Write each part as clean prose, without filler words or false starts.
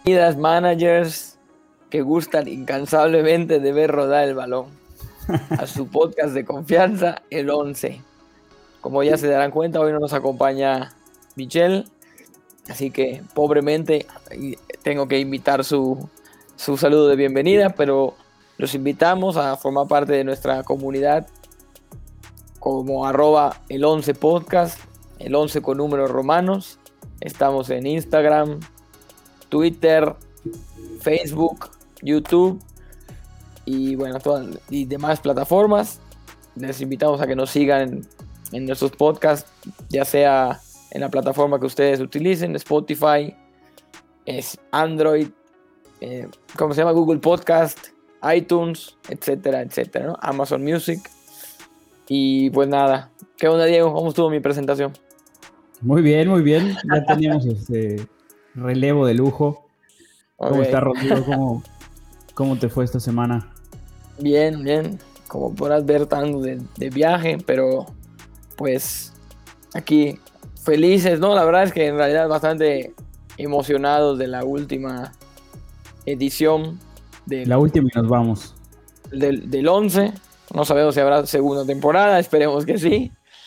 Bienvenidas managers que gustan incansablemente de ver rodar el balón a su podcast de confianza, el 11. Como ya se darán cuenta, hoy no nos acompaña Michelle, así que pobremente tengo que invitar su saludo de bienvenida, pero los invitamos a formar parte de nuestra comunidad como @el 11 podcast, el 11 con números romanos. Estamos en Instagram, Twitter, Facebook, YouTube y bueno, todas y demás plataformas. Les invitamos a que nos sigan en nuestros podcasts, ya sea en la plataforma que ustedes utilicen, Spotify, es Android, ¿cómo se llama? Google Podcast, iTunes, etcétera, etcétera, ¿no? Amazon Music. Y pues nada, ¿qué onda, Diego? ¿Cómo estuvo mi presentación? Muy bien, muy bien. Ya teníamos relevo de lujo. ¿Cómo Okay. está, Rodrigo? ¿Cómo te fue esta semana? Bien, bien. Como podrás ver, tanto de viaje, pero pues aquí felices, ¿no? La verdad es que en realidad bastante emocionados de la última edición La última y nos vamos. del 11. No sabemos si habrá segunda temporada, esperemos que sí.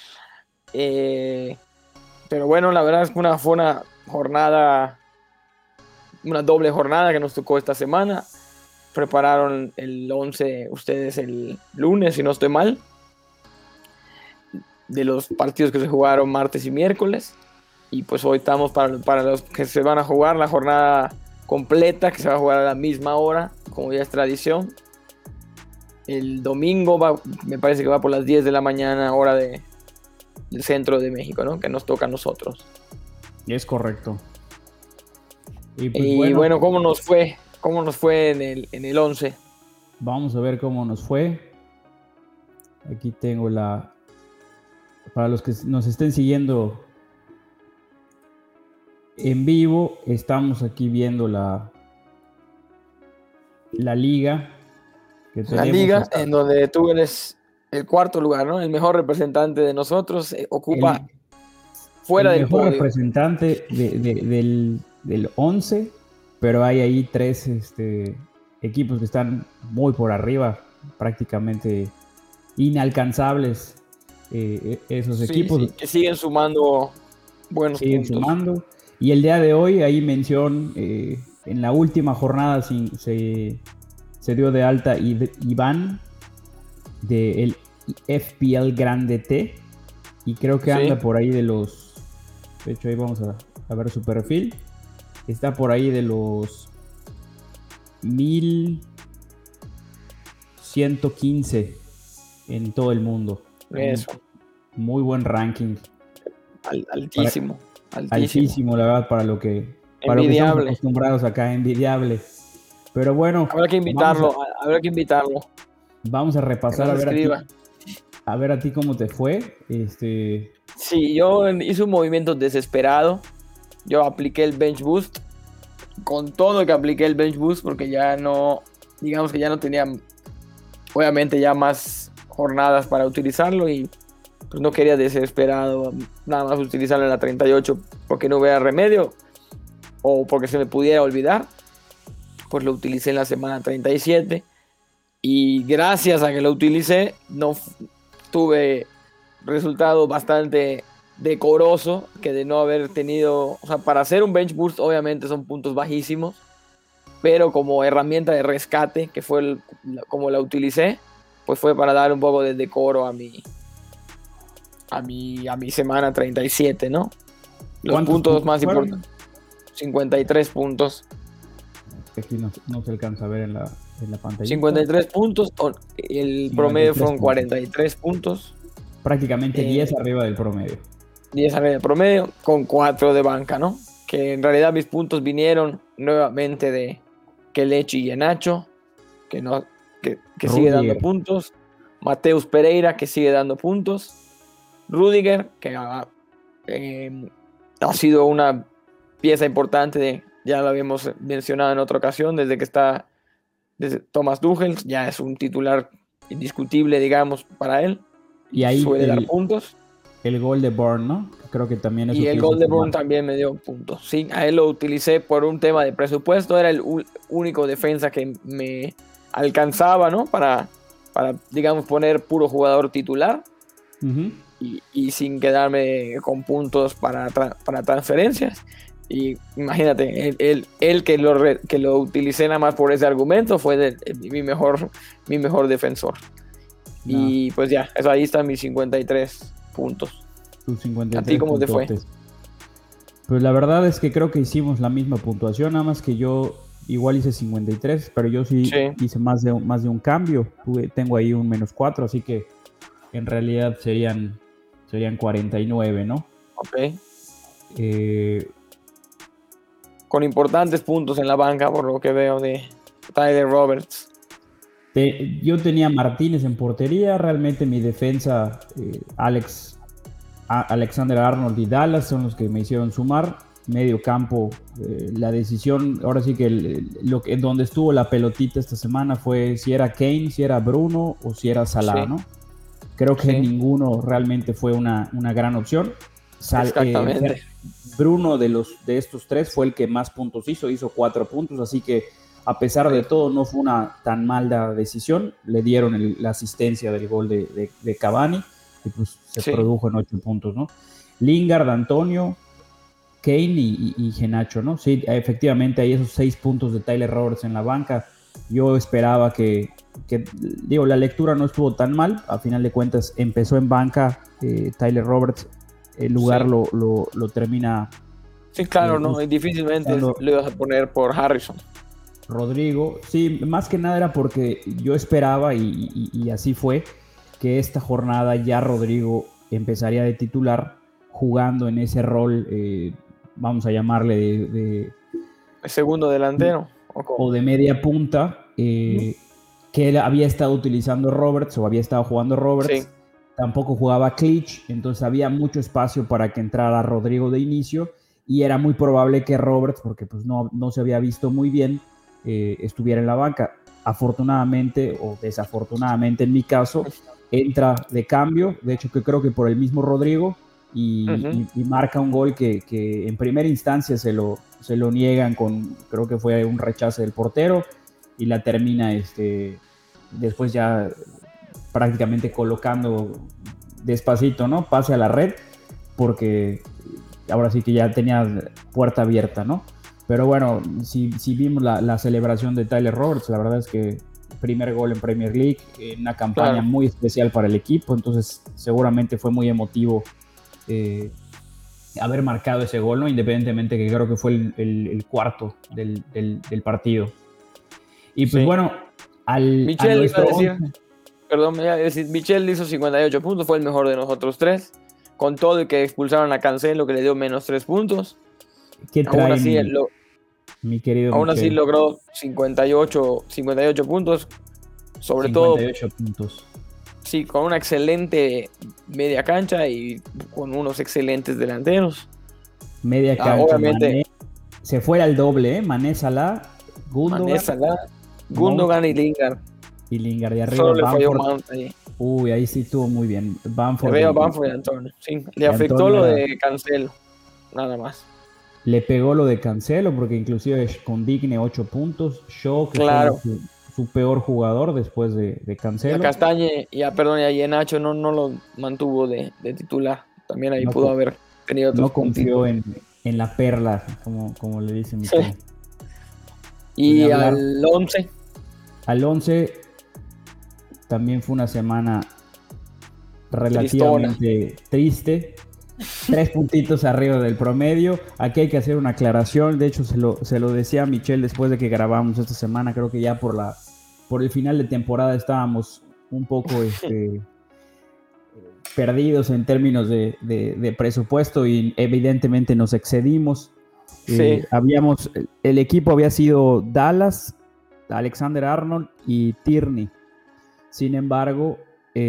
Pero bueno, la verdad es que fue una jornada, una doble jornada que nos tocó esta semana. Prepararon el 11 ustedes el lunes, si no estoy mal, de los partidos que se jugaron martes y miércoles. Y pues hoy estamos para los que se van a jugar la jornada completa, que se va a jugar a la misma hora, como ya es tradición. El domingo me parece que va por las 10 de la mañana, hora del centro de México, ¿no? Que nos toca a nosotros. Es correcto. Y pues bueno, ¿cómo nos fue? ¿Cómo nos fue en el 11? Vamos a ver cómo nos fue. Aquí tengo para los que nos estén siguiendo en vivo, estamos aquí viendo la liga. La liga en donde tú eres el cuarto lugar, ¿no? El mejor representante de nosotros, ocupa fuera del podio. El mejor representante del 11, pero hay ahí tres equipos que están muy por arriba, prácticamente inalcanzables esos equipos. Sí, que siguen sumando buenos puntos. Sumando. Y el día de hoy, hay mención, en la última jornada se dio de alta Iván del FPL Grande T, y creo que anda por ahí de hecho ahí vamos a ver su perfil, está por ahí de los 1115 en todo el mundo. Eso. Muy buen ranking. Altísimo. Altísimo, la verdad, para lo que estamos acostumbrados acá, envidiable. Pero bueno, habrá que invitarlo. Vamos a repasar, a ver a ti cómo te fue. Sí, yo hice un movimiento desesperado. Yo apliqué el bench boost. Con todo que apliqué el bench boost, porque ya no, digamos que ya no tenía, obviamente, ya más jornadas para utilizarlo, y pues no quería desesperado nada más utilizarlo en la 38 porque no hubiera remedio o porque se me pudiera olvidar. Pues lo utilicé en la semana 37 y gracias a que lo utilicé no tuve resultado bastante decoroso, que de no haber tenido, o sea, para hacer un bench boost obviamente son puntos bajísimos, pero como herramienta de rescate, que fue como la utilicé, pues fue para dar un poco de decoro a mi semana 37, ¿no? Los puntos más importantes, 53 puntos. Aquí no se alcanza a ver en la pantalla. 53 puntos, el promedio fueron 43 puntos. Prácticamente 10 arriba del promedio. 10 arriba del promedio, con 4 de banca, ¿no? Que en realidad mis puntos vinieron nuevamente de Kelechi y Nacho, que sigue dando puntos. Mateus Pereira, que sigue dando puntos. Rudiger, que ha sido una pieza importante, ya lo habíamos mencionado en otra ocasión, desde Thomas Tuchel, ya es un titular indiscutible, digamos, para él. Y ahí suele dar puntos. el gol de Bourne, ¿no? Creo que también es Y el gol de Bourne también me dio puntos. Sí, a él lo utilicé por un tema de presupuesto. Era el único defensa que me alcanzaba, ¿no? Para digamos, poner puro jugador titular. Uh-huh. Y sin quedarme con puntos para transferencias. Y imagínate, él que lo utilicé nada más por ese argumento fue mi mejor defensor. No. Y pues ya, ahí están mis 53 puntos. Tus 53 ¿A ti cómo te fue? Pues la verdad es que creo que hicimos la misma puntuación, nada más que yo igual hice 53, pero yo sí hice más de un cambio. Tengo ahí un -4, así que en realidad serían 49, ¿no? Ok. Con importantes puntos en la banca, por lo que veo de Tyler Roberts. Yo tenía Martínez en portería. Realmente mi defensa, Alexander Arnold y Dallas son los que me hicieron sumar. Medio campo, la decisión, ahora sí que donde estuvo la pelotita esta semana fue si era Kane, si era Bruno o si era Salah, ¿no? Creo que ninguno realmente fue una gran opción. Exactamente. Bruno de estos tres fue el que más puntos hizo 4 puntos, así que a pesar de todo no fue una tan mala decisión. Le dieron la asistencia del gol de Cavani y pues se produjo en 8 puntos, ¿no? Lingard, Antonio, Kane y Genacho, ¿no? Sí, efectivamente hay esos 6 puntos de Tyler Roberts en la banca. Yo esperaba que la lectura no estuvo tan mal. A final de cuentas empezó en banca Tyler Roberts. El lugar lo termina. Sí, claro, ¿no? Y difícilmente lo ibas a poner por Harrison. Rodrigo, sí, más que nada era porque yo esperaba, y así fue, que esta jornada ya Rodrigo empezaría de titular jugando en ese rol, vamos a llamarle de segundo delantero. O de media punta, que él había estado utilizando Roberts o había estado jugando Roberts. Sí. Tampoco jugaba Clich, entonces había mucho espacio para que entrara Rodrigo de inicio y era muy probable que Roberts, porque pues no se había visto muy bien, estuviera en la banca. Afortunadamente o desafortunadamente en mi caso, entra de cambio, de hecho que creo que por el mismo Rodrigo y marca un gol que en primera instancia se lo niegan creo que fue un rechace del portero y la termina después ya prácticamente colocando despacito, ¿no? Pase a la red, porque ahora sí que ya tenía puerta abierta, ¿no? Pero bueno, si vimos la celebración de Tyler Roberts, la verdad es que primer gol en Premier League, una campaña muy especial para el equipo, entonces seguramente fue muy emotivo haber marcado ese gol, ¿no? Independientemente que creo que fue el cuarto del partido. Y pues bueno, Michel iba a decir... Perdón, me iba a decir, Michel hizo 58 puntos, fue el mejor de nosotros tres. Con todo y que expulsaron a Cancelo, que le dio -3 puntos. ¿Qué trae aún así, mi querido aún Michel? Así logró 58 puntos. Sobre 58 puntos. Sí, con una excelente media cancha y con unos excelentes delanteros. Media cancha, obviamente. Mané, se fue al doble, Mané, Salah, Gundogan y Lingard. Y Lingard de arriba. Solo le falló Mount ahí. Uy, ahí sí estuvo muy bien. Bamford y Antonio. Sí, le afectó lo de Cancelo, nada más. Le pegó lo de Cancelo, porque inclusive con Digne 8 puntos. Shaw, que fue su peor jugador después de Cancelo. Y a Castañe y a Iheanacho no lo mantuvo de titular. También ahí pudo haber tenido otros confió en la perla, como le dicen. Sí. Y al 11. Al 11 también fue una semana relativamente triste. 3 puntitos arriba del promedio. Aquí hay que hacer una aclaración. De hecho, se lo decía a Michel después de que grabamos esta semana. Creo que ya por el final de temporada estábamos un poco perdidos en términos de presupuesto y evidentemente nos excedimos. Sí. El equipo había sido Dallas, Alexander Arnold y Tierney. Sin embargo,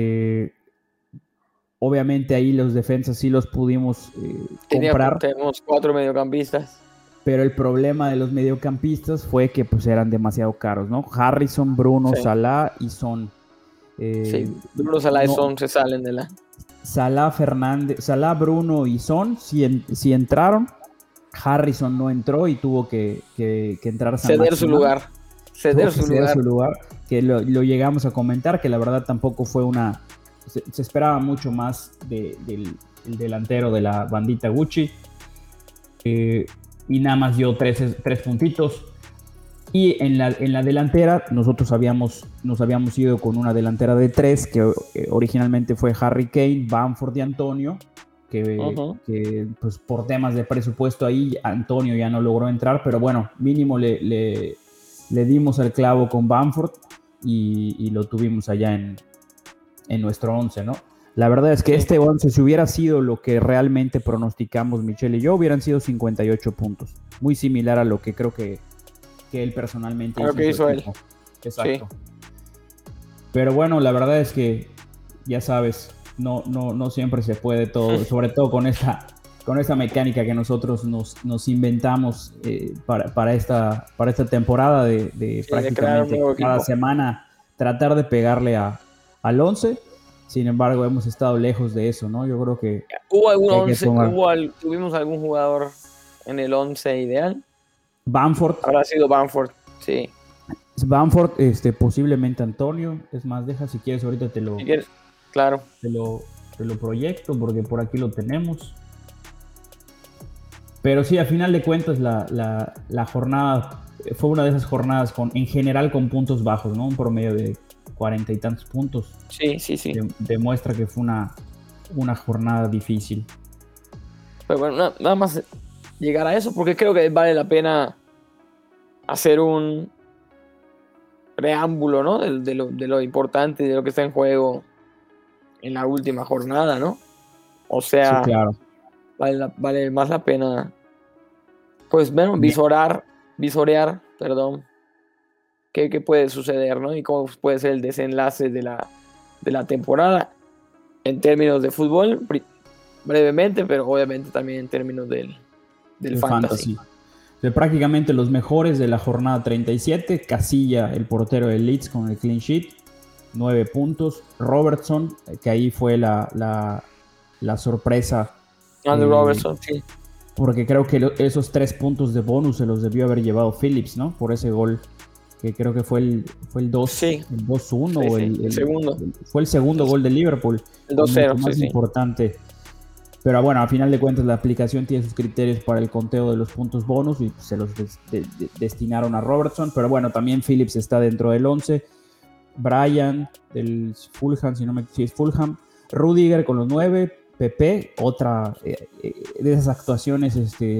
obviamente ahí los defensas sí los pudimos comprar. Tenemos 4 mediocampistas. Pero el problema de los mediocampistas fue que pues eran demasiado caros, ¿no? Harrison, Bruno, Salah y Son. Sí, Bruno, Salah y Son se salen de la... Salah, Bruno y Son sí entraron. Harrison no entró y tuvo que entrar San Ceder su lugar. Ceder su lugar. Que lo llegamos a comentar, que la verdad tampoco fue una... Se esperaba mucho más del delantero de la bandita Gucci. Y nada más dio 3 puntitos. Y en la delantera nosotros nos habíamos ido con una delantera de 3, que originalmente fue Harry Kane, Bamford y Antonio, que pues por temas de presupuesto ahí Antonio ya no logró entrar, pero bueno, mínimo le dimos el clavo con Bamford y lo tuvimos allá en nuestro 11, ¿no? La verdad es que este 11, si hubiera sido lo que realmente pronosticamos Michelle y yo, hubieran sido 58 puntos. Muy similar a lo que creo que él personalmente hizo. Lo que hizo él. Exacto. Sí. Pero bueno, la verdad es que, ya sabes, no siempre se puede todo, sobre todo con esta mecánica que nosotros nos inventamos para esta temporada de prácticamente cada semana tratar de pegarle al 11. Sin embargo, hemos estado lejos de eso, ¿no? Yo creo que... ¿Tuvimos algún jugador en el 11 ideal? Bamford. Habrá sido Bamford, sí. Bamford, posiblemente Antonio. Es más, deja si quieres, ahorita te lo... Si quieres, claro. Te lo proyecto porque por aquí lo tenemos. Pero sí, a final de cuentas, la jornada fue una de esas jornadas en general con puntos bajos, ¿no? Un promedio de 40 y tantos puntos. Sí. Demuestra que fue una jornada difícil. Pero bueno, nada más llegar a eso, porque creo que vale la pena hacer un preámbulo, ¿no? De lo importante, de lo que está en juego en la última jornada, ¿no? O sea, sí, claro. Vale más la pena, pues, bueno, visorear, qué puede suceder, ¿no? Y cómo puede ser el desenlace de la temporada en términos de fútbol, brevemente, pero obviamente también en términos del fantasy. O sea, prácticamente los mejores de la jornada 37, Casilla, el portero del Leeds con el clean sheet, 9 puntos. Robertson, que ahí fue la sorpresa. Andrew Robertson, sí. Porque creo que esos 3 puntos de bonus se los debió haber llevado Phillips, ¿no? Por ese gol, que creo que fue el 2, sí. El 2-1 sí, o el segundo. Fue el segundo gol de Liverpool. El 2-0, más importante. Pero bueno, a final de cuentas la aplicación tiene sus criterios para el conteo de los puntos bonus y se los destinaron a Robertson. Pero bueno, también Phillips está dentro del 11. Brian del Fulham, si es Fulham. Rudiger con los 9. Pepe, otra de esas actuaciones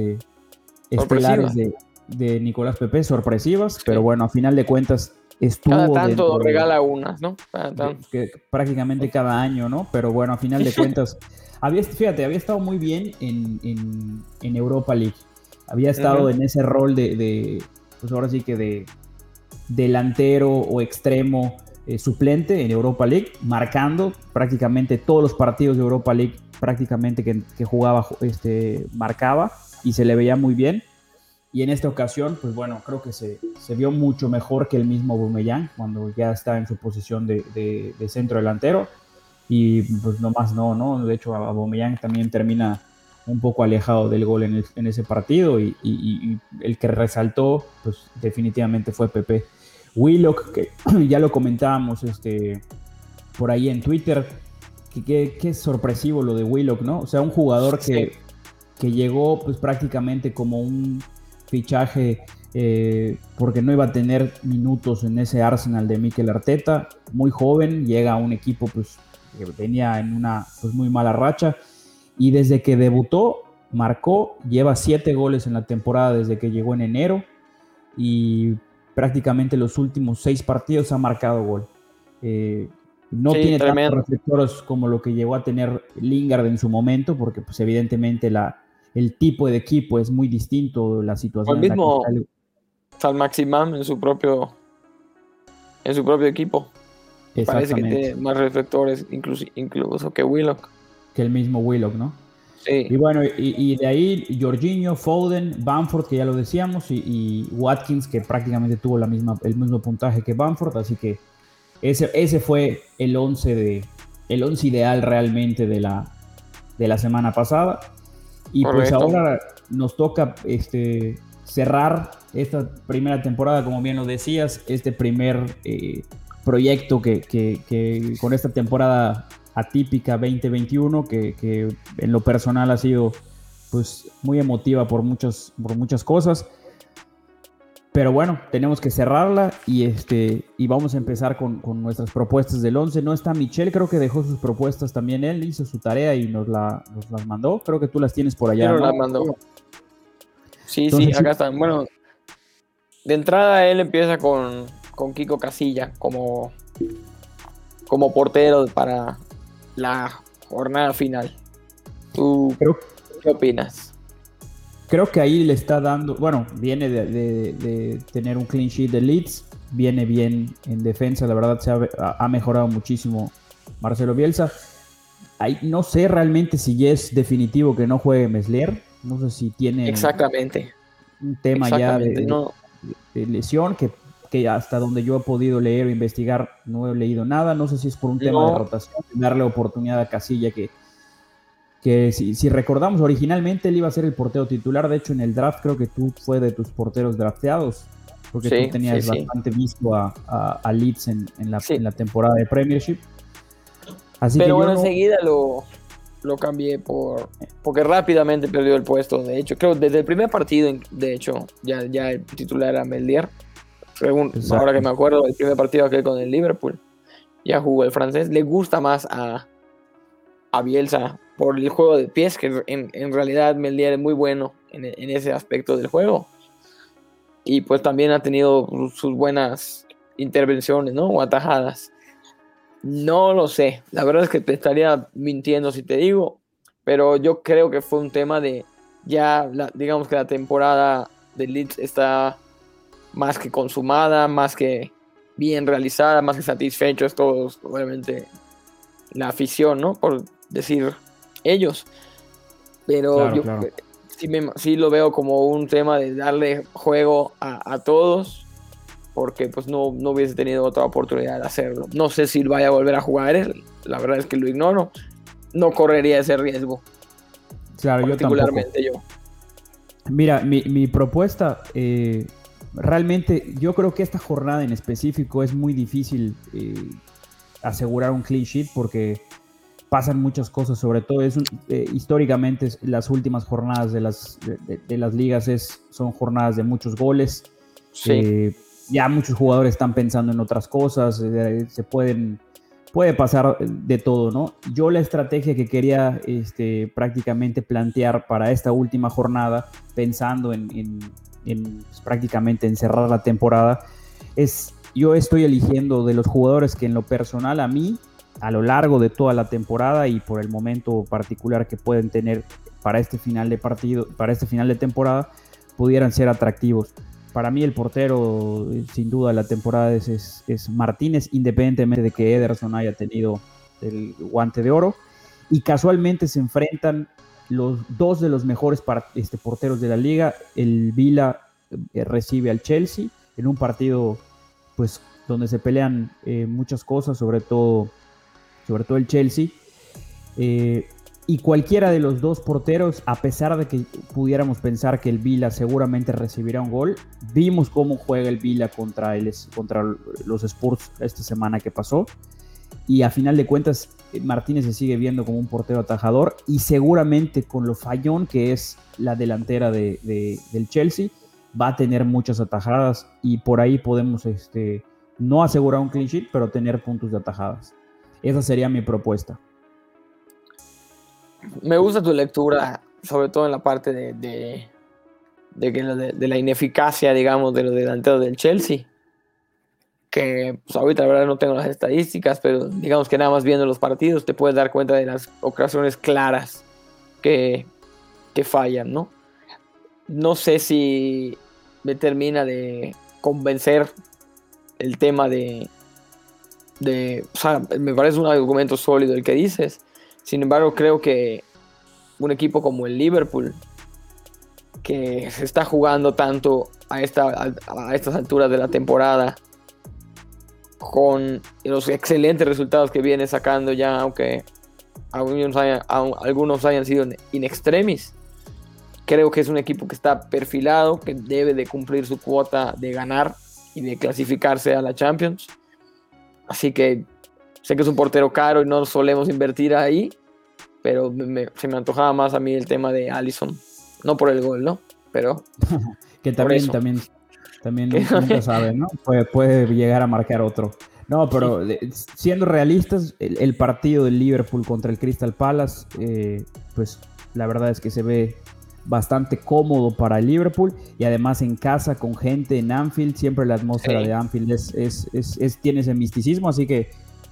estelares de Nicolás Pepe, sorpresivas. Sí. Pero bueno, a final de cuentas estuvo... Cada tanto regala unas, ¿no? Prácticamente cada año, ¿no? Pero bueno, a final de cuentas... había estado muy bien en Europa League. Había estado en ese rol pues ahora sí que de delantero o extremo suplente en Europa League, marcando prácticamente todos los partidos de Europa League, prácticamente que jugaba, marcaba y se le veía muy bien. Y en esta ocasión, pues bueno, creo que se vio mucho mejor que el mismo Aubameyang cuando ya está en su posición de centro delantero. Y pues nomás no. De hecho, Aubameyang también termina un poco alejado del gol en ese partido y el que resaltó, pues definitivamente fue Pepe. Willock, que ya lo comentábamos por ahí en Twitter, que sorpresivo lo de Willock, ¿no? O sea, un jugador que llegó pues prácticamente como un fichaje porque no iba a tener minutos en ese Arsenal de Mikel Arteta, muy joven, llega a un equipo pues que venía en una pues muy mala racha y desde que debutó marcó, lleva 7 goles en la temporada desde que llegó en enero y prácticamente los últimos 6 partidos ha marcado gol. No tiene tantos reflectores como lo que llegó a tener Lingard en su momento, porque pues evidentemente el tipo de equipo es muy distinto, la situación. El mismo Saint-Maximin en su propio equipo. Parece que tiene más reflectores incluso que Willock. Que el mismo Willock, ¿no? Sí. Y bueno, y de ahí Jorginho, Foden, Bamford, que ya lo decíamos, y Watkins, que prácticamente tuvo el mismo puntaje que Bamford, así que ese fue el 11 el once ideal realmente de la semana pasada. Y Correcto. pues ahora nos toca cerrar esta primera temporada, como bien lo decías, este primer proyecto que con esta temporada atípica 2021, que en lo personal ha sido pues muy emotiva por muchas cosas. Pero bueno, tenemos que cerrarla y vamos a empezar con nuestras propuestas del 11. No está Michelle, creo que dejó sus propuestas también él, hizo su tarea y nos las mandó. Creo que tú las tienes por allá, Pero la ¿no? mandó. Sí, Entonces, acá están. Bueno, de entrada él empieza con Kiko Casilla como portero para la jornada final. ¿Tú creo, qué opinas? creo que ahí le está dando, bueno, viene de tener un clean sheet de Leeds, viene bien en defensa, la verdad ha mejorado muchísimo Marcelo Bielsa. Ahí, no sé realmente si ya es definitivo que no juegue Meslier, no sé si tiene Exactamente. un tema ya No, de lesión que hasta donde yo he podido leer o investigar no he leído nada, no sé si es por un tema de no, rotación, darle oportunidad a Casilla que si recordamos, originalmente él iba a ser el portero titular. De hecho, en el draft creo que tú fue de tus porteros drafteados, porque tú tenías bastante visto a Leeds en la temporada de Premiership. Así pero que bueno, yo no... enseguida lo cambié porque rápidamente perdió el puesto. De hecho, creo desde el primer partido, de hecho, ya el titular era Meslier. Ahora que me acuerdo, el primer partido aquel con el Liverpool, ya jugó el francés. Le gusta más a Bielsa por el juego de pies, que en realidad Meslier es muy bueno en ese aspecto del juego. Y pues también ha tenido sus buenas intervenciones, ¿no? O atajadas. No lo sé. La verdad es que te estaría mintiendo si te digo. Pero yo creo que fue un tema de ya, digamos que la temporada de Leeds está más que consumada, más que bien realizada, más que satisfechos todos, obviamente, la afición, ¿no? Por decir ellos. Pero yo Claro. sí lo veo como un tema de darle juego a todos, porque pues no hubiese tenido otra oportunidad de hacerlo. No sé si vaya a volver a jugar él, la verdad es que lo ignoro. No correría ese riesgo. Claro, Particularmente yo. Mira, mi propuesta, realmente yo creo que esta jornada en específico es muy difícil asegurar un clean sheet porque pasan muchas cosas, sobre todo históricamente las últimas jornadas de las ligas son jornadas de muchos goles. Sí. Ya muchos jugadores están pensando en otras cosas, puede pasar de todo, ¿no? Yo la estrategia que quería prácticamente plantear para esta última jornada, pensando en pues, prácticamente en cerrar la temporada, yo estoy eligiendo de los jugadores que en lo personal a mí, a lo largo de toda la temporada y por el momento particular que pueden tener para este final de partido, para este final de temporada, pudieran ser atractivos. Para mí el portero, sin duda, la temporada es Martínez, independientemente de que Ederson haya tenido el guante de oro. Y casualmente se enfrentan los dos de los mejores porteros de la liga. El Villa recibe al Chelsea en un partido pues, donde se pelean muchas cosas, sobre todo el Chelsea. Y cualquiera de los dos porteros, a pesar de que pudiéramos pensar que el Villa seguramente recibirá un gol, vimos cómo juega el Villa contra los Spurs esta semana que pasó, y a final de cuentas Martínez se sigue viendo como un portero atajador, y seguramente con lo fallón que es la delantera del Chelsea, va a tener muchas atajadas, y por ahí podemos no asegurar un clean sheet, pero tener puntos de atajadas. Esa sería mi propuesta. Me gusta tu lectura, sobre todo en la parte de la ineficacia, digamos, de los delanteros del Chelsea. Que pues, ahorita la verdad no tengo las estadísticas, pero digamos que nada más viendo los partidos te puedes dar cuenta de las ocasiones claras que fallan, ¿no? No sé si me termina de convencer el tema o sea, me parece un argumento sólido el que dices. Sin embargo, creo que un equipo como el Liverpool, que se está jugando tanto a estas alturas de la temporada, con los excelentes resultados que viene sacando ya, aunque algunos hayan sido in extremis. Creo que es un equipo que está perfilado, que debe de cumplir su cuota de ganar y de clasificarse a la Champions. Así que sé que es un portero caro y no solemos invertir ahí, pero se me antojaba más a mí el tema de Alisson. No por el gol, ¿no? Pero que también nunca sabe, ¿no? Puede llegar a marcar otro. No, pero siendo realistas, el partido del Liverpool contra el Crystal Palace, pues la verdad es que se ve bastante cómodo para el Liverpool, y además en casa con gente en Anfield, siempre la atmósfera de Anfield tiene ese misticismo, así que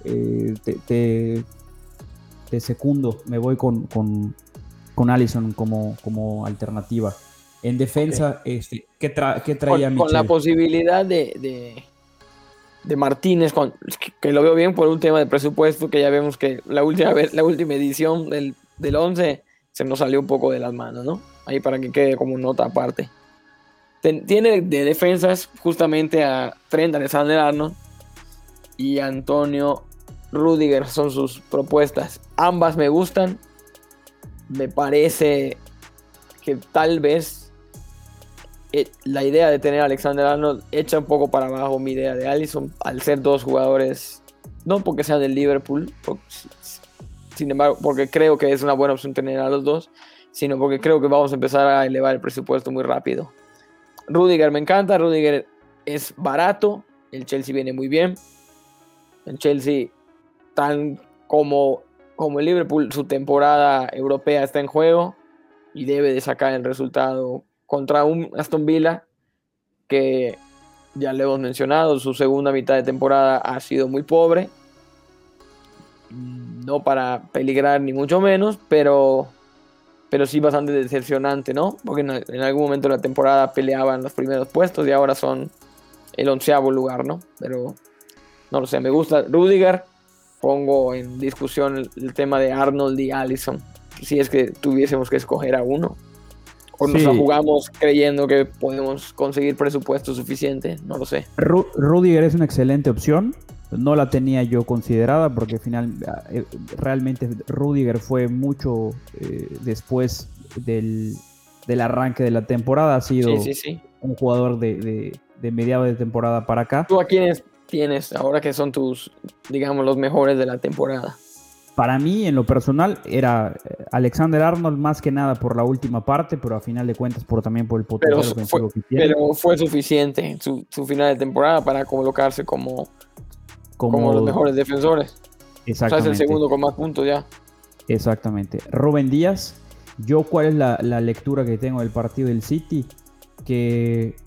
te secundo, me voy con Alisson como alternativa. En defensa, ¿qué traía Michel? Con la posibilidad de Martínez, que lo veo bien por un tema de presupuesto, que ya vemos que la última edición del 11 se nos salió un poco de las manos, ¿no? Ahí para que quede como nota aparte. Tiene de defensas justamente a Trent Alexander-Arnold y Antonio Rüdiger, son sus propuestas. Ambas me gustan. Me parece que tal vez la idea de tener a Alexander-Arnold echa un poco para abajo mi idea de Alisson, al ser dos jugadores, no porque sean del Liverpool, sin embargo, porque creo que es una buena opción tener a los dos, sino porque creo que vamos a empezar a elevar el presupuesto muy rápido. Rüdiger me encanta, Rüdiger es barato, el Chelsea viene muy bien, el Chelsea, tan como el Liverpool, su temporada europea está en juego y debe de sacar el resultado contra un Aston Villa que ya le hemos mencionado, su segunda mitad de temporada ha sido muy pobre, no para peligrar ni mucho menos, pero sí bastante decepcionante, ¿no? Porque en algún momento de la temporada peleaban los primeros puestos y ahora son el 11º lugar, ¿no? Pero no lo sé, me gusta Rüdiger. Pongo en discusión el tema de Arnold y Alisson, si es que tuviésemos que escoger a uno, o nos la jugamos creyendo que podemos conseguir presupuesto suficiente, no lo sé. Rüdiger es una excelente opción, no la tenía yo considerada porque realmente Rüdiger fue mucho después del arranque de la temporada, ha sido un jugador de mediados de temporada para acá. ¿Tú a quiénes tienes ahora que son tus, digamos, los mejores de la temporada? Para mí, en lo personal, era Alexander-Arnold más que nada por la última parte, pero a final de cuentas también por el potencial ofensivo que tiene. Pero fue suficiente su final de temporada para colocarse como los mejores defensores. Exactamente. O sea, es el segundo con más puntos ya. Exactamente. Rúben Díaz, ¿cuál es la lectura que tengo del partido del City? Que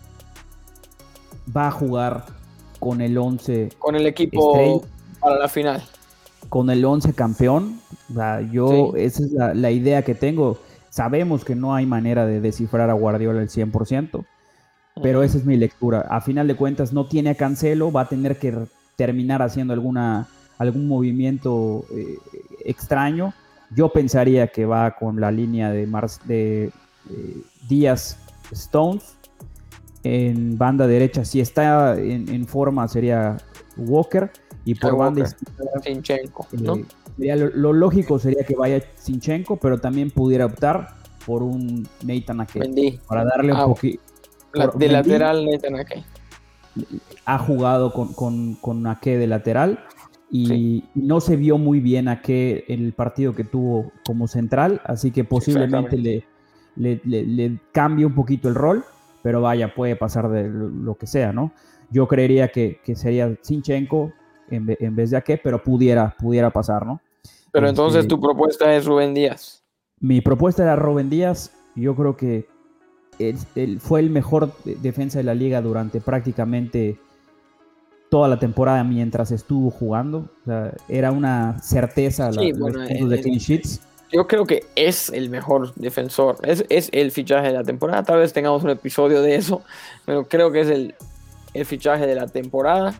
va a jugar con el 11. Con el equipo para la final. Con el 11 campeón. O sea, esa es la idea que tengo. Sabemos que no hay manera de descifrar a Guardiola al 100%, pero esa es mi lectura. A final de cuentas no tiene a Cancelo, va a tener que terminar haciendo algún movimiento extraño. Yo pensaría que va con la línea de Díaz Stones. En banda derecha, si está en forma, sería Walker. Y por banda izquierda, Zinchenko, ¿no? Lo lógico sería que vaya Zinchenko, pero también pudiera optar por un Nathan Ake. Mendy. Para darle un poquito. De lateral, Nathan Ake. Ha jugado con Ake de lateral y no se vio muy bien Ake en el partido que tuvo como central, así que posiblemente le cambie un poquito el rol, pero vaya, puede pasar de lo que sea, ¿no? Yo creería que sería Zinchenko en vez de Ake, pero pudiera pasar, ¿no? Pero entonces tu propuesta es Rúben Díaz. Mi propuesta era Rúben Díaz. Yo creo que él fue el mejor defensa de la liga durante prácticamente toda la temporada mientras estuvo jugando. O sea, era una certeza los puntos de clean sheets. Yo creo que es el mejor defensor. Es el fichaje de la temporada. Tal vez tengamos un episodio de eso, pero creo que es el fichaje de la temporada.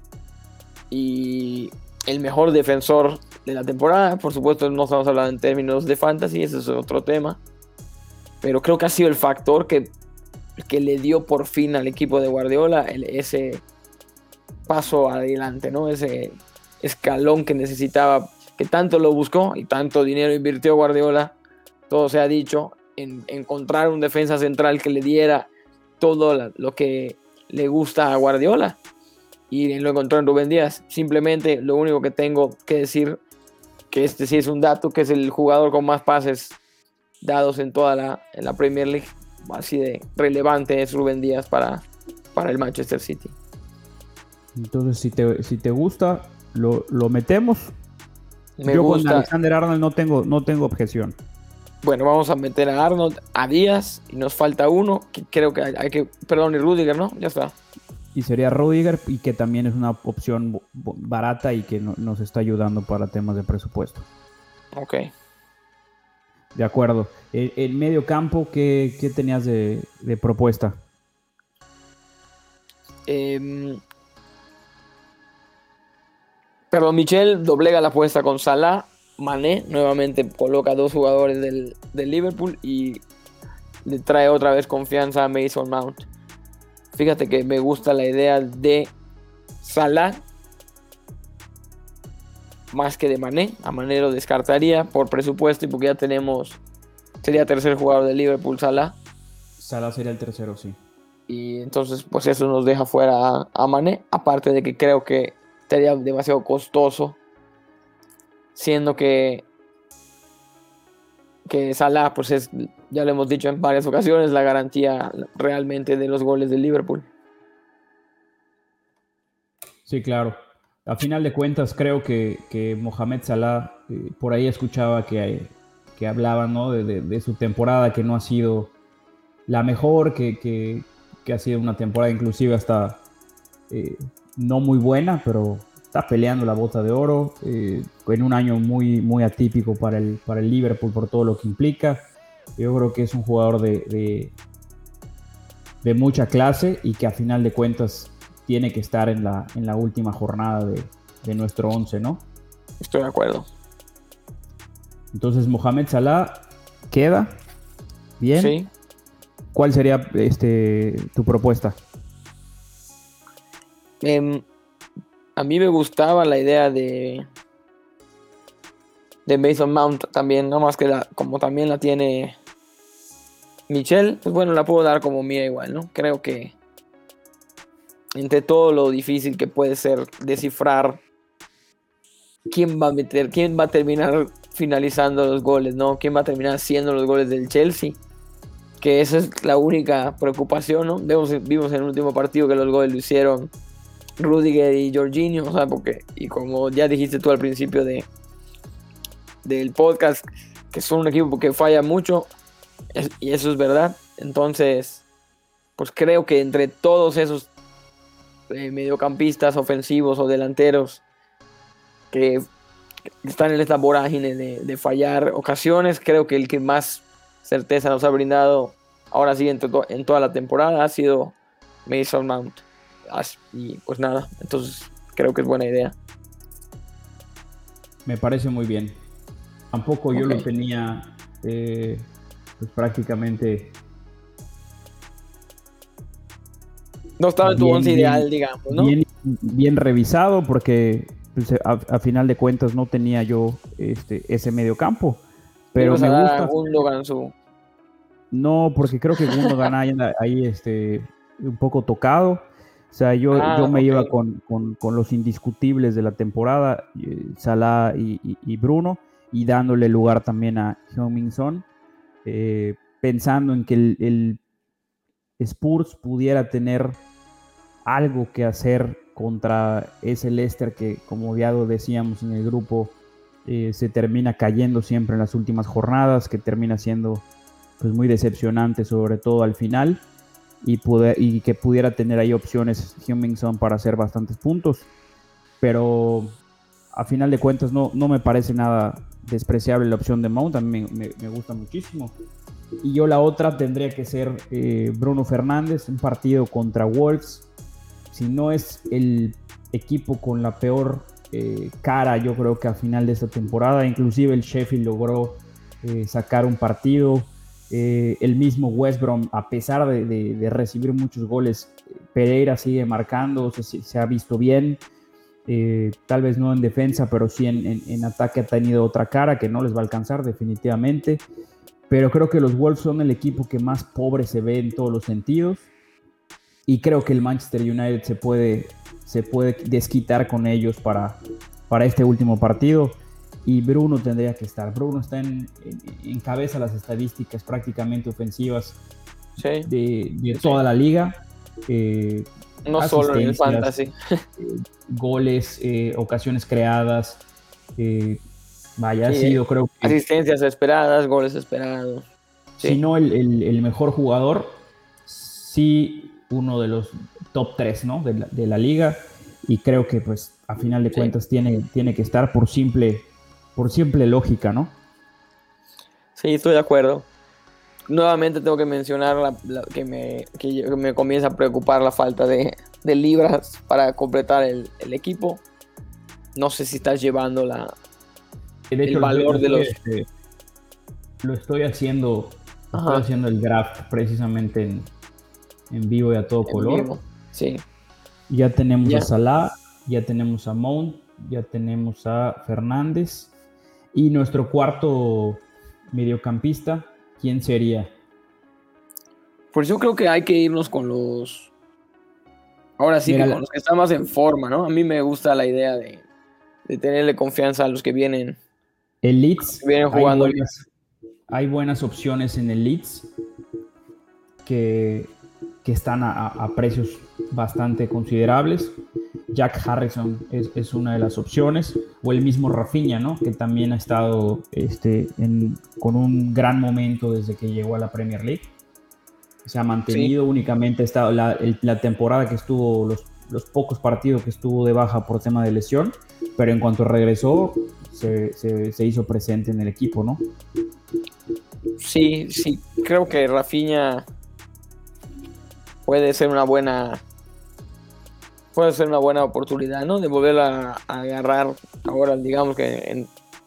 Y el mejor defensor de la temporada. Por supuesto, no estamos hablando en términos de fantasy, ese es otro tema. Pero creo que ha sido el factor que le dio por fin al equipo de Guardiola ese paso adelante, ¿no? Ese escalón que necesitaba, que tanto lo buscó y tanto dinero invirtió Guardiola, todo se ha dicho, en encontrar un defensa central que le diera todo lo que le gusta a Guardiola, y lo encontró en Rúben Díaz. Simplemente lo único que tengo que decir, que este sí es un dato, que es el jugador con más pases dados en toda la Premier League. Así de relevante es Rúben Díaz para el Manchester City. Entonces, si te gusta, lo metemos. Me Yo gusta. con Alexander Arnold no tengo objeción. Bueno, vamos a meter a Arnold, a Díaz, y nos falta uno, que creo que y Rudiger, ¿no? Ya está. Y sería Rudiger, y que también es una opción barata y que nos está ayudando para temas de presupuesto. Ok. De acuerdo. El medio campo, ¿qué tenías de propuesta? Pero Michel doblega la apuesta con Salah. Mané nuevamente coloca 2 jugadores del Liverpool y le trae otra vez confianza a Mason Mount. Fíjate que me gusta la idea de Salah más que de Mané. A Mané lo descartaría por presupuesto y porque ya sería tercer jugador del Liverpool Salah. Salah sería el tercero, sí. Y entonces pues eso nos deja fuera a Mané, aparte de que creo que sería demasiado costoso, siendo que Salah, pues ya lo hemos dicho en varias ocasiones, la garantía realmente de los goles del Liverpool. Sí, claro. A final de cuentas, creo que Mohamed Salah, por ahí escuchaba que hablaban, ¿no? de su temporada, que no ha sido la mejor, que ha sido una temporada inclusive hasta no muy buena, pero está peleando la bota de oro en un año muy, muy atípico para el Liverpool por todo lo que implica. Yo creo que es un jugador de mucha clase y que a final de cuentas tiene que estar en la última jornada de nuestro 11, ¿no? Estoy de acuerdo. Entonces Mohamed Salah queda bien. Sí. ¿Cuál sería tu propuesta? A mí me gustaba la idea de Mason Mount también, no más que como también la tiene Michel, pues bueno, la puedo dar como mía igual, ¿no? Creo que entre todo lo difícil que puede ser descifrar quién va a terminar finalizando los goles, ¿no? Quién va a terminar haciendo los goles del Chelsea, que esa es la única preocupación, ¿no? Vimos en el último partido que los goles lo hicieron Rudiger y Jorginho, o sea, y como ya dijiste tú al principio del podcast, que son un equipo que falla mucho, y eso es verdad. Entonces, pues creo que entre todos esos mediocampistas ofensivos o delanteros que están en esta vorágine de fallar ocasiones, creo que el que más certeza nos ha brindado ahora sí en toda la temporada ha sido Mason Mount. Y pues nada, entonces creo que es buena idea. Me parece muy bien. Tampoco yo lo tenía pues prácticamente... No estaba en tu once ideal, digamos, ¿no? Bien revisado, porque pues, a final de cuentas no tenía yo ese medio campo. Pero me gusta... Gundogan No, porque creo que Gundogan ahí un poco tocado. O sea, yo me iba con los indiscutibles de la temporada, Salah y Bruno, y dándole lugar también a Heung-min Son, pensando en que el Spurs pudiera tener algo que hacer contra ese Leicester que, como ya lo decíamos en el grupo, se termina cayendo siempre en las últimas jornadas, que termina siendo pues muy decepcionante, sobre todo al final. Y que pudiera tener ahí opciones Heung-min Son para hacer bastantes puntos, pero a final de cuentas no me parece nada despreciable la opción de Mount. A mí me gusta muchísimo. Y yo la otra tendría que ser Bruno Fernández, un partido contra Wolves. Si no es el equipo con la peor cara, yo creo que a final de esta temporada, inclusive el Sheffield logró sacar un partido. El mismo West Brom, a pesar de recibir muchos goles, Pereira sigue marcando, se ha visto bien. Tal vez no en defensa, pero sí en ataque ha tenido otra cara que no les va a alcanzar definitivamente. Pero creo que los Wolves son el equipo que más pobre se ve en todos los sentidos. Y creo que el Manchester United se puede desquitar con ellos para este último partido. Y Bruno tendría que estar. Bruno está en cabeza las estadísticas prácticamente ofensivas de toda la liga. No solo en el fantasy. Goles, ocasiones creadas. Ha sido, creo que, asistencias esperadas, goles esperados. Si no el mejor jugador, sí uno de los top 3, ¿no? de la liga. Y creo que, pues, a final de cuentas tiene que estar por simple lógica, ¿no? Sí, estoy de acuerdo. Nuevamente tengo que mencionar que me comienza a preocupar la falta de libras para completar el equipo. No sé si estás llevando el valor de los... Lo estoy haciendo. Estoy haciendo el draft precisamente en vivo y a todo color. Vivo. Sí. Ya tenemos a Salah, ya tenemos a Mount, ya tenemos a Fernández. Y nuestro cuarto mediocampista, ¿quién sería? Pues yo creo que hay que irnos con los... Ahora sí, con los que están más en forma, ¿no? A mí me gusta la idea de tenerle confianza a los que vienen. El Leeds, vienen jugando. Hay buenas opciones en el Leeds que están a precios bastante considerables. Jack Harrison es una de las opciones, o el mismo Rafinha, ¿no? Que también ha estado con un gran momento desde que llegó a la Premier League. Se ha mantenido, únicamente ha estado la temporada que estuvo, los pocos partidos que estuvo de baja por tema de lesión, pero en cuanto regresó se hizo presente en el equipo, ¿no? Sí, creo que Rafinha puede ser una buena oportunidad, ¿no? De volverla a agarrar ahora, digamos que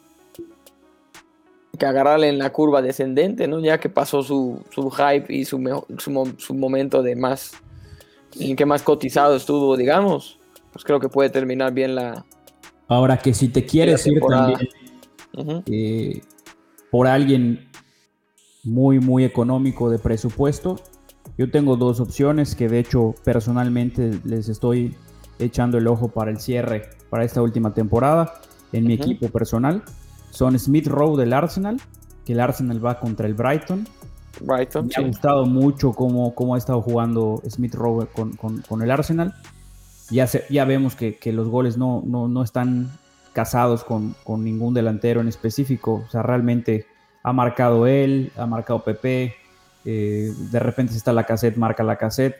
agarrarle en la curva descendente, ¿no? Ya que pasó su hype y su momento de más, en que más cotizado estuvo, digamos, pues creo que puede terminar bien Ahora que si te quieres ir también por alguien muy, muy económico de presupuesto, yo tengo dos opciones que de hecho personalmente les estoy echando el ojo para el cierre, para esta última temporada, en mi equipo personal. Son Smith Rowe del Arsenal, que el Arsenal va contra el Brighton. Me ha gustado mucho cómo ha estado jugando Smith Rowe con el Arsenal. Ya vemos que los goles no están casados con ningún delantero en específico. O sea, realmente ha marcado él, ha marcado Pepe. De repente si está Lacazette, marca Lacazette.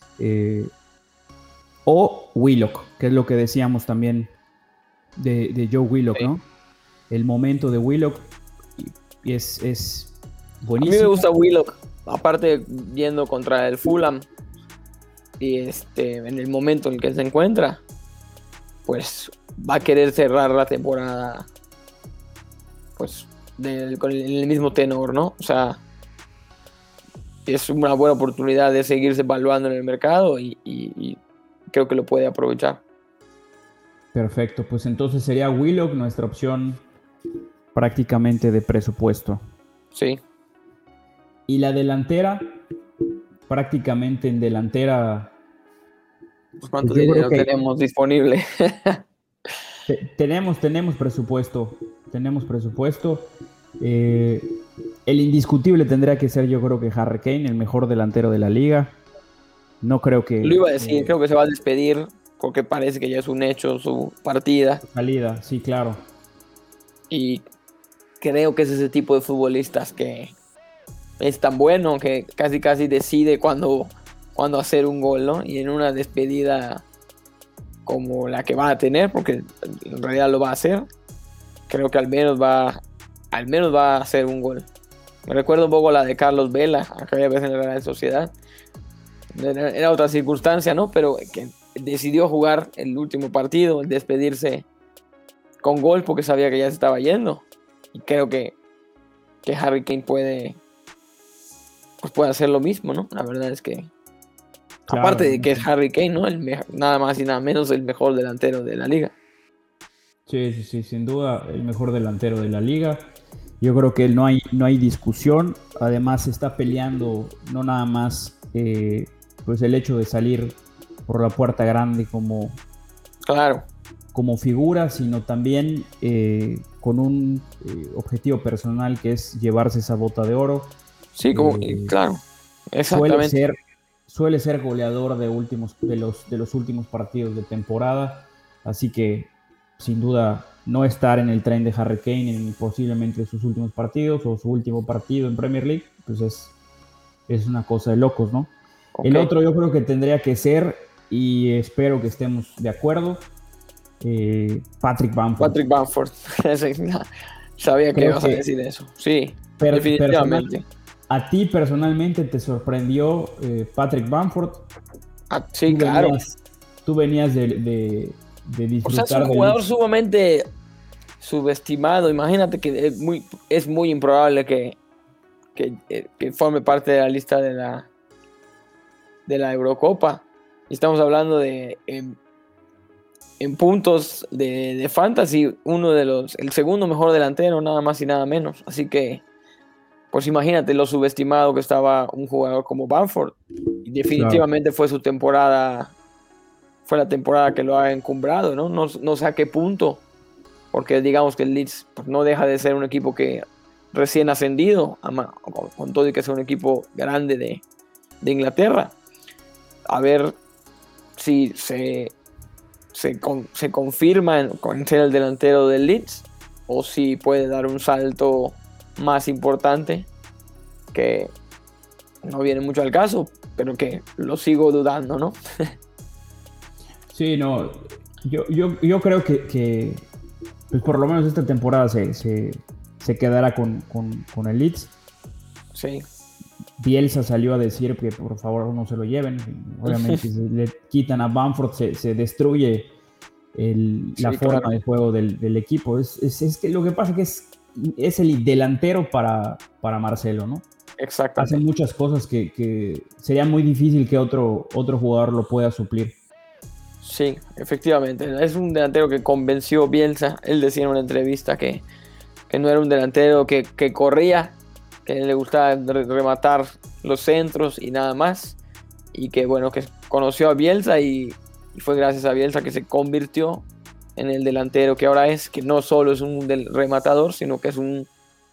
O Willock, que es lo que decíamos también de Joe Willock, ¿no? El momento de Willock es buenísimo. A mí me gusta Willock, aparte yendo contra el Fulham y en el momento en el que se encuentra, pues va a querer cerrar la temporada pues con el mismo tenor, ¿no? O sea, es una buena oportunidad de seguirse evaluando en el mercado y creo que lo puede aprovechar. Perfecto, pues entonces sería Willock nuestra opción prácticamente de presupuesto. Sí. Y la delantera, prácticamente en delantera... Pues ¿cuánto dinero tenemos disponible? Tenemos presupuesto. Tenemos presupuesto. El indiscutible tendría que ser, yo creo que Harry Kane, el mejor delantero de la liga. No creo que... Lo iba a decir, creo que se va a despedir porque parece que ya es un hecho su partida. Salida, sí, claro. Y creo que es ese tipo de futbolistas que es tan bueno que casi decide cuándo hacer un gol, ¿no? Y en una despedida como la que va a tener, porque en realidad lo va a hacer, creo que al menos va a hacer un gol. Me recuerdo un poco la de Carlos Vela, aquella vez en la Real Sociedad. Era otra circunstancia, ¿no? Pero que decidió jugar el último partido, despedirse con gol porque sabía que ya se estaba yendo. Y creo que Harry Kane puede hacer lo mismo, ¿no? La verdad es que Aparte de ¿no? que es Harry Kane, ¿no? Nada más y nada menos el mejor delantero de la liga. Sí, sin duda el mejor delantero de la liga. Yo creo que no hay discusión. Además se está peleando no nada más pues el hecho de salir por la puerta grande Claro. como figura, sino también con un objetivo personal que es llevarse esa bota de oro. Sí, claro, exactamente. Suele ser goleador de los últimos partidos de temporada, así que sin duda no estar en el tren de Harry Kane en posiblemente sus últimos partidos o su último partido en Premier League, pues es una cosa de locos, ¿no? Okay. El otro yo creo que tendría que ser, y espero que estemos de acuerdo, Patrick Bamford. Patrick Bamford. Sabía que ibas a decir eso. Sí, definitivamente. ¿A ti personalmente te sorprendió Patrick Bamford? Sí, claro. Tú venías de disfrutar. O sea, es un jugador sumamente subestimado. Imagínate que es muy improbable que forme parte de la lista de la Eurocopa. Y estamos hablando de en puntos de fantasy, el segundo mejor delantero, nada más y nada menos. Así que, pues imagínate lo subestimado que estaba un jugador como Bamford. Y definitivamente claro. Fue la temporada que lo ha encumbrado, ¿no? No sé a qué punto, porque digamos que el Leeds pues, no deja de ser un equipo que recién ascendido, con todo y que es un equipo grande de Inglaterra. A ver si se confirma con ser el delantero del Leeds o si puede dar un salto más importante, que no viene mucho al caso, pero que lo sigo dudando, ¿no? Sí, no, yo creo que pues por lo menos esta temporada se quedará con el Leeds. Sí. Bielsa salió a decir que por favor no se lo lleven. Obviamente si le quitan a Bamford se destruye la forma de juego del equipo. Es que lo que pasa es que es el delantero para Marcelo, ¿no? Exactamente. Hace muchas cosas que sería muy difícil que otro jugador lo pueda suplir. Sí, efectivamente. Es un delantero que convenció Bielsa. Él decía en una entrevista que no era un delantero que corría, que le gustaba rematar los centros y nada más. Y que bueno, que conoció a Bielsa y fue gracias a Bielsa que se convirtió en el delantero que ahora es, que no solo es un rematador, sino que es un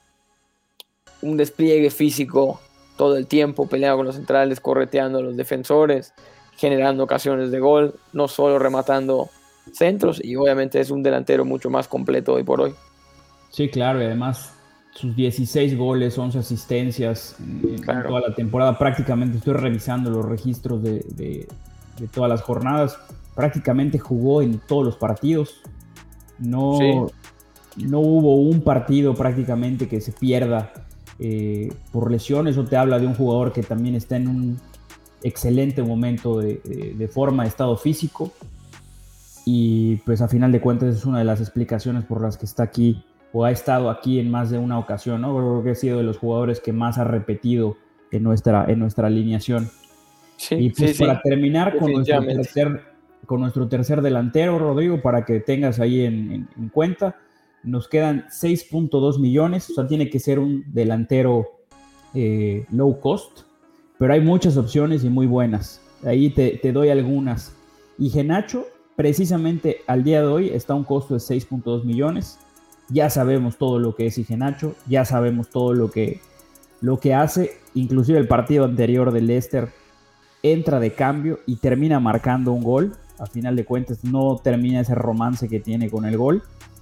despliegue físico todo el tiempo, peleando con los centrales, correteando a los defensores, generando ocasiones de gol, no solo rematando centros, y obviamente es un delantero mucho más completo hoy por hoy. Sí, claro, y además sus 16 goles, 11 asistencias en toda la temporada, prácticamente estoy revisando los registros de todas las jornadas, prácticamente jugó en todos los partidos, no hubo un partido prácticamente que se pierda por lesión. Eso te habla de un jugador que también está en un excelente momento de forma, de estado físico, y pues a final de cuentas es una de las explicaciones por las que está aquí o ha estado aquí en más de una ocasión, ¿no? Creo que ha sido de los jugadores que más ha repetido en nuestra alineación. Sí, y pues para terminar con nuestro tercer delantero, Rodrigo, para que tengas ahí en cuenta, nos quedan 6.2 millones, o sea, tiene que ser un delantero low cost, pero hay muchas opciones y muy buenas. Ahí te doy algunas. Y Iheanacho, precisamente al día de hoy, está a un costo de 6.2 millones. Ya sabemos todo lo que es Iheanacho, ya sabemos todo lo que hace. Inclusive el partido anterior de Leicester entra de cambio y termina marcando un gol. A final de cuentas no termina ese romance que tiene con el gol.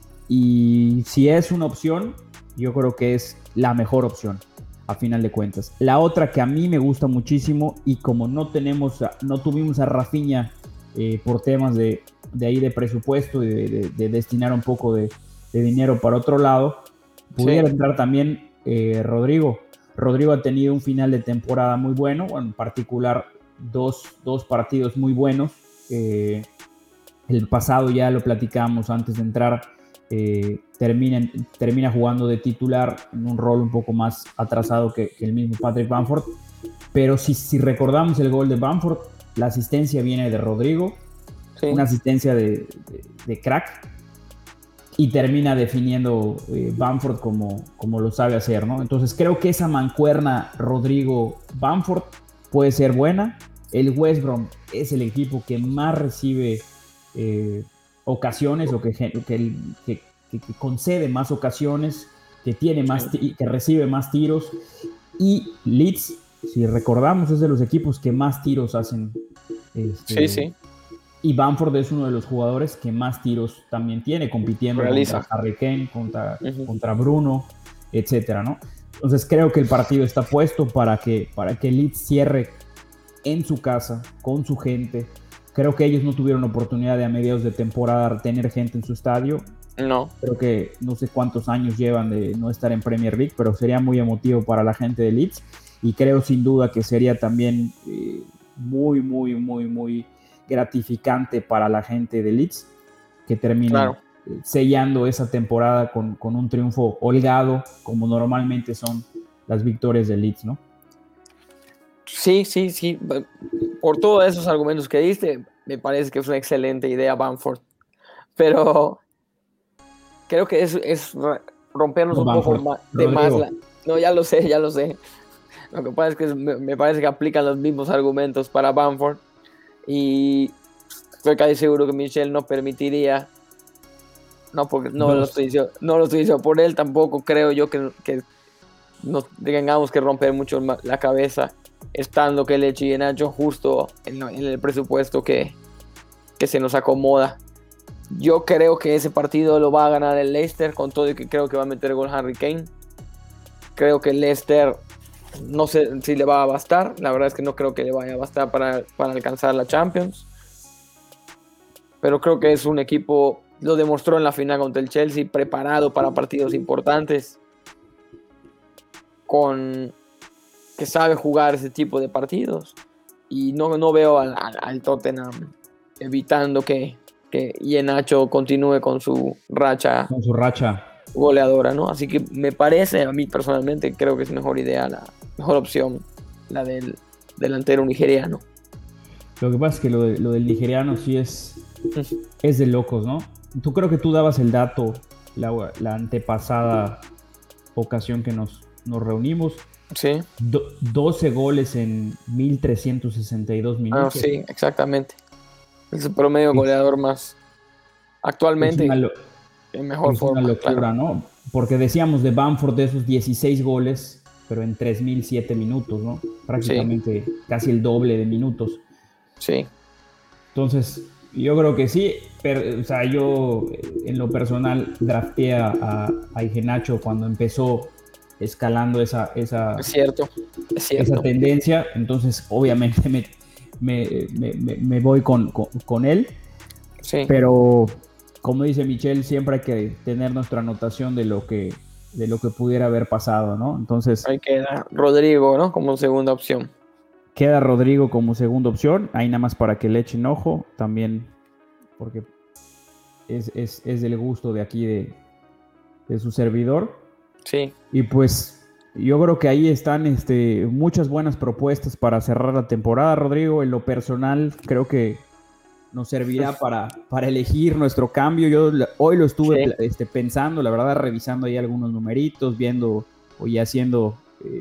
Y si es una opción, yo creo que es la mejor opción a final de cuentas. La otra que a mí me gusta muchísimo, y como no tuvimos a Rafinha por temas de ahí de presupuesto y de destinar un poco de dinero para otro lado, pudiera entrar también Rodrigo. Rodrigo ha tenido un final de temporada muy bueno, en particular dos partidos muy buenos. El pasado ya lo platicamos antes de entrar, termina jugando de titular en un rol un poco más atrasado que el mismo Patrick Bamford, pero si recordamos el gol de Bamford, la asistencia viene de Rodrigo, Sí. una asistencia de crack, y termina definiendo Bamford como lo sabe hacer, ¿no? Entonces creo que esa mancuerna Rodrigo-Bamford puede ser buena. El West Brom es el equipo que más recibe ocasiones, o que concede más ocasiones, que tiene más que recibe más tiros, y Leeds, si recordamos, es de los equipos que más tiros hacen. Sí. Y Bamford es uno de los jugadores que más tiros también tiene, compitiendo contra Harry Kane, contra Bruno, etcétera, ¿no? Entonces creo que el partido está puesto para que Leeds cierre en su casa, con su gente. Creo que ellos no tuvieron oportunidad de a mediados de temporada tener gente en su estadio. No. Creo que no sé cuántos años llevan de no estar en Premier League, pero sería muy emotivo para la gente de Leeds, y creo sin duda que sería también muy, muy, muy, muy gratificante para la gente de Leeds, que termine sellando esa temporada con un triunfo holgado, como normalmente son las victorias de Leeds, ¿no? Sí. Por todos esos argumentos que diste, me parece que es una excelente idea Bamford. Pero creo que es rompernos un poco de más la... No, ya lo sé. Lo que pasa es que me parece que aplican los mismos argumentos para Bamford. Y estoy casi seguro que Michel no permitiría, no, porque no lo estoy diciendo por él, tampoco creo yo que nos tengamos que romper mucho la cabeza estando Kelechi y Iheanacho justo en el presupuesto que se nos acomoda. Yo creo que ese partido lo va a ganar el Leicester, con todo y que creo que va a meter gol Harry Kane. Creo que el Leicester, no sé si le va a bastar, la verdad es que no creo que le vaya a bastar para alcanzar la Champions, pero creo que es un equipo, lo demostró en la final contra el Chelsea, preparado para partidos importantes, que sabe jugar ese tipo de partidos, y no veo al Tottenham evitando que Iheanacho continúe con su racha goleadora, ¿no? Así que me parece, a mí personalmente, creo que es mejor opción la del delantero nigeriano. Lo que pasa es que lo del nigeriano sí es de locos, ¿no? Creo que tú dabas el dato la antepasada ocasión que nos reunimos. Sí. 12 goles en 1362 minutos. Sí, exactamente. Es el promedio goleador más actualmente en mejor forma. Es una locura, claro. ¿no? Porque decíamos de Bamford, de esos 16 goles, pero en 3007 minutos, ¿no? Prácticamente casi el doble de minutos. Sí. Entonces, yo creo que sí, pero, o sea, yo en lo personal drafteé a Iheanacho cuando empezó escalando esa es cierto. Esa tendencia. Entonces, obviamente me voy con él. Sí. Pero, como dice Michel, siempre hay que tener nuestra anotación de lo que pudiera haber pasado, ¿no? Entonces, ahí queda Rodrigo, ¿no? Como segunda opción. Queda Rodrigo como segunda opción. Ahí nada más para que le echen ojo también, porque es del gusto de aquí de su servidor. Sí. Y pues yo creo que ahí están muchas buenas propuestas para cerrar la temporada, Rodrigo. En lo personal, creo que nos servirá para elegir nuestro cambio. Yo hoy lo estuve pensando, la verdad, revisando ahí algunos numeritos, viendo y haciendo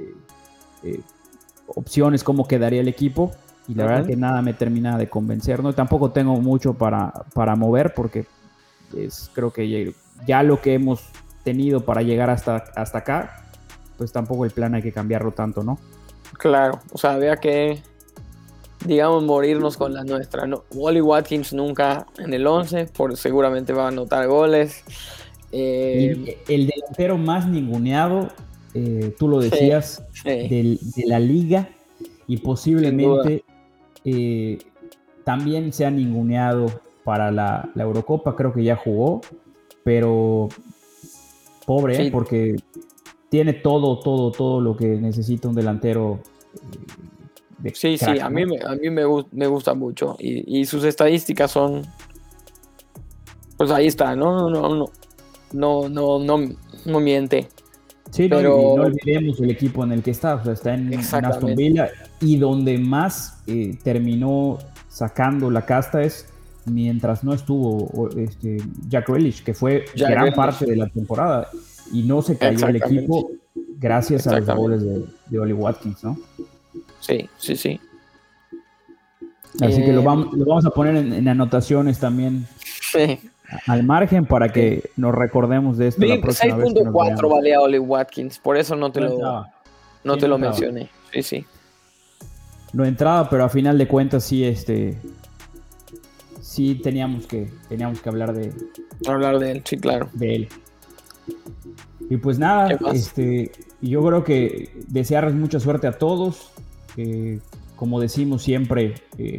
opciones, cómo quedaría el equipo. Y la verdad que nada me termina de convencer, ¿no? Tampoco tengo mucho para mover, porque creo que ya lo que hemos tenido para llegar hasta acá, pues tampoco el plan hay que cambiarlo tanto, ¿no? Claro, o sea, había que, digamos, morirnos con la nuestra, ¿no? Wally Watkins nunca en el 11, seguramente va a anotar goles. El delantero más ninguneado, tú lo decías, de la liga, y posiblemente también sea ninguneado para la Eurocopa. Creo que ya jugó, pero pobre, porque tiene todo lo que necesita un delantero de crack, ¿no? a mí me gusta mucho, y sus estadísticas son, pues ahí está, no miente. Sí, pero no olvidemos el equipo en el que está, o sea, está en Aston Villa, y donde más terminó sacando la casta es mientras no estuvo Jack Grealish, que fue gran parte de la temporada, y no se cayó el equipo gracias a los goles de Oli Watkins, ¿no? Sí. Así que lo vamos a poner en anotaciones también. Sí. Al margen para que nos recordemos de esto la próxima vez que nos veamos. 6.4 valía Oli Watkins, por eso no te lo mencioné. Sí. No entraba, pero a final de cuentas sí teníamos que hablar de él, sí, claro. De él. Y pues nada, yo creo que desearles mucha suerte a todos. Como decimos siempre,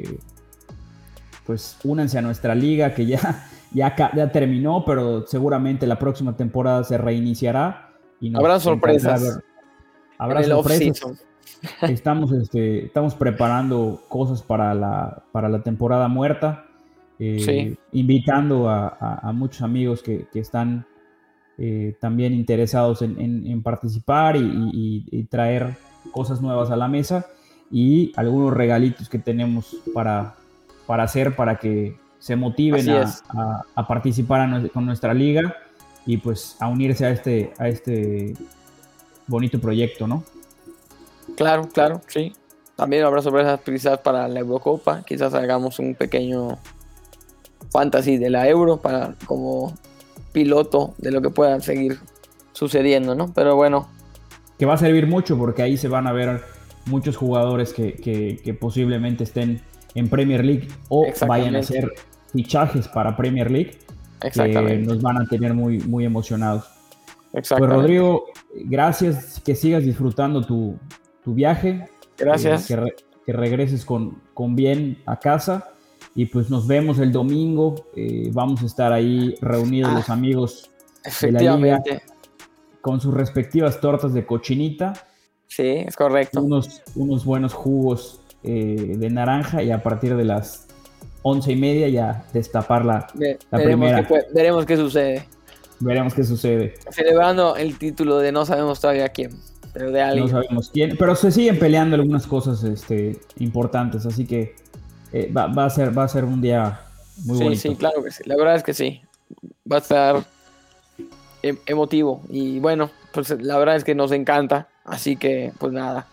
pues únanse a nuestra liga que ya terminó, pero seguramente la próxima temporada se reiniciará. Y habrá sorpresas. Habrá sorpresas. Estamos preparando cosas para la temporada muerta. Invitando a muchos amigos que están también interesados en participar y traer cosas nuevas a la mesa, y algunos regalitos que tenemos para hacer para que se motiven a participar con nuestra liga y pues a unirse a este bonito proyecto, ¿no? Claro, sí. También habrá sorpresas quizás para la Eurocopa. Quizás hagamos un pequeño fantasy de la Euro como piloto de lo que pueda seguir sucediendo, ¿no? Pero bueno. Que va a servir mucho porque ahí se van a ver muchos jugadores que posiblemente estén en Premier League o vayan a hacer fichajes para Premier League. Que nos van a tener muy, muy emocionados. Pues Rodrigo, gracias, que sigas disfrutando tu viaje. Gracias. Que regreses con bien a casa. Y pues nos vemos el domingo. Vamos a estar ahí reunidos los amigos de la liga con sus respectivas tortas de cochinita. Sí, es correcto. Unos buenos jugos de naranja, y a partir de las 11:30 ya destapar la primera. Veremos qué sucede. Veremos qué sucede. Celebrando el título de no sabemos todavía quién, pero de alguien. No sabemos quién, pero se siguen peleando algunas cosas importantes, así que va a ser un día muy bonito. Sí, claro que sí. La verdad es que sí. Va a estar emotivo. Y bueno, pues la verdad es que nos encanta. Así que, pues nada.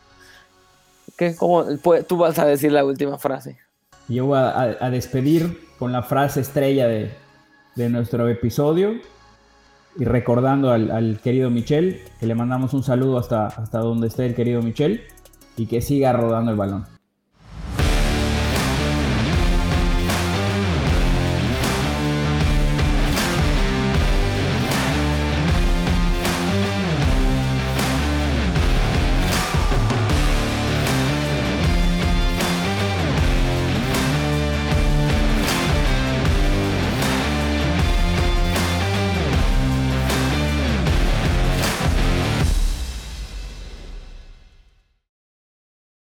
Tú vas a decir la última frase. Yo voy a despedir con la frase estrella de nuestro episodio. Y recordando al querido Michel, que le mandamos un saludo hasta donde esté el querido Michel. Y que siga rodando el balón.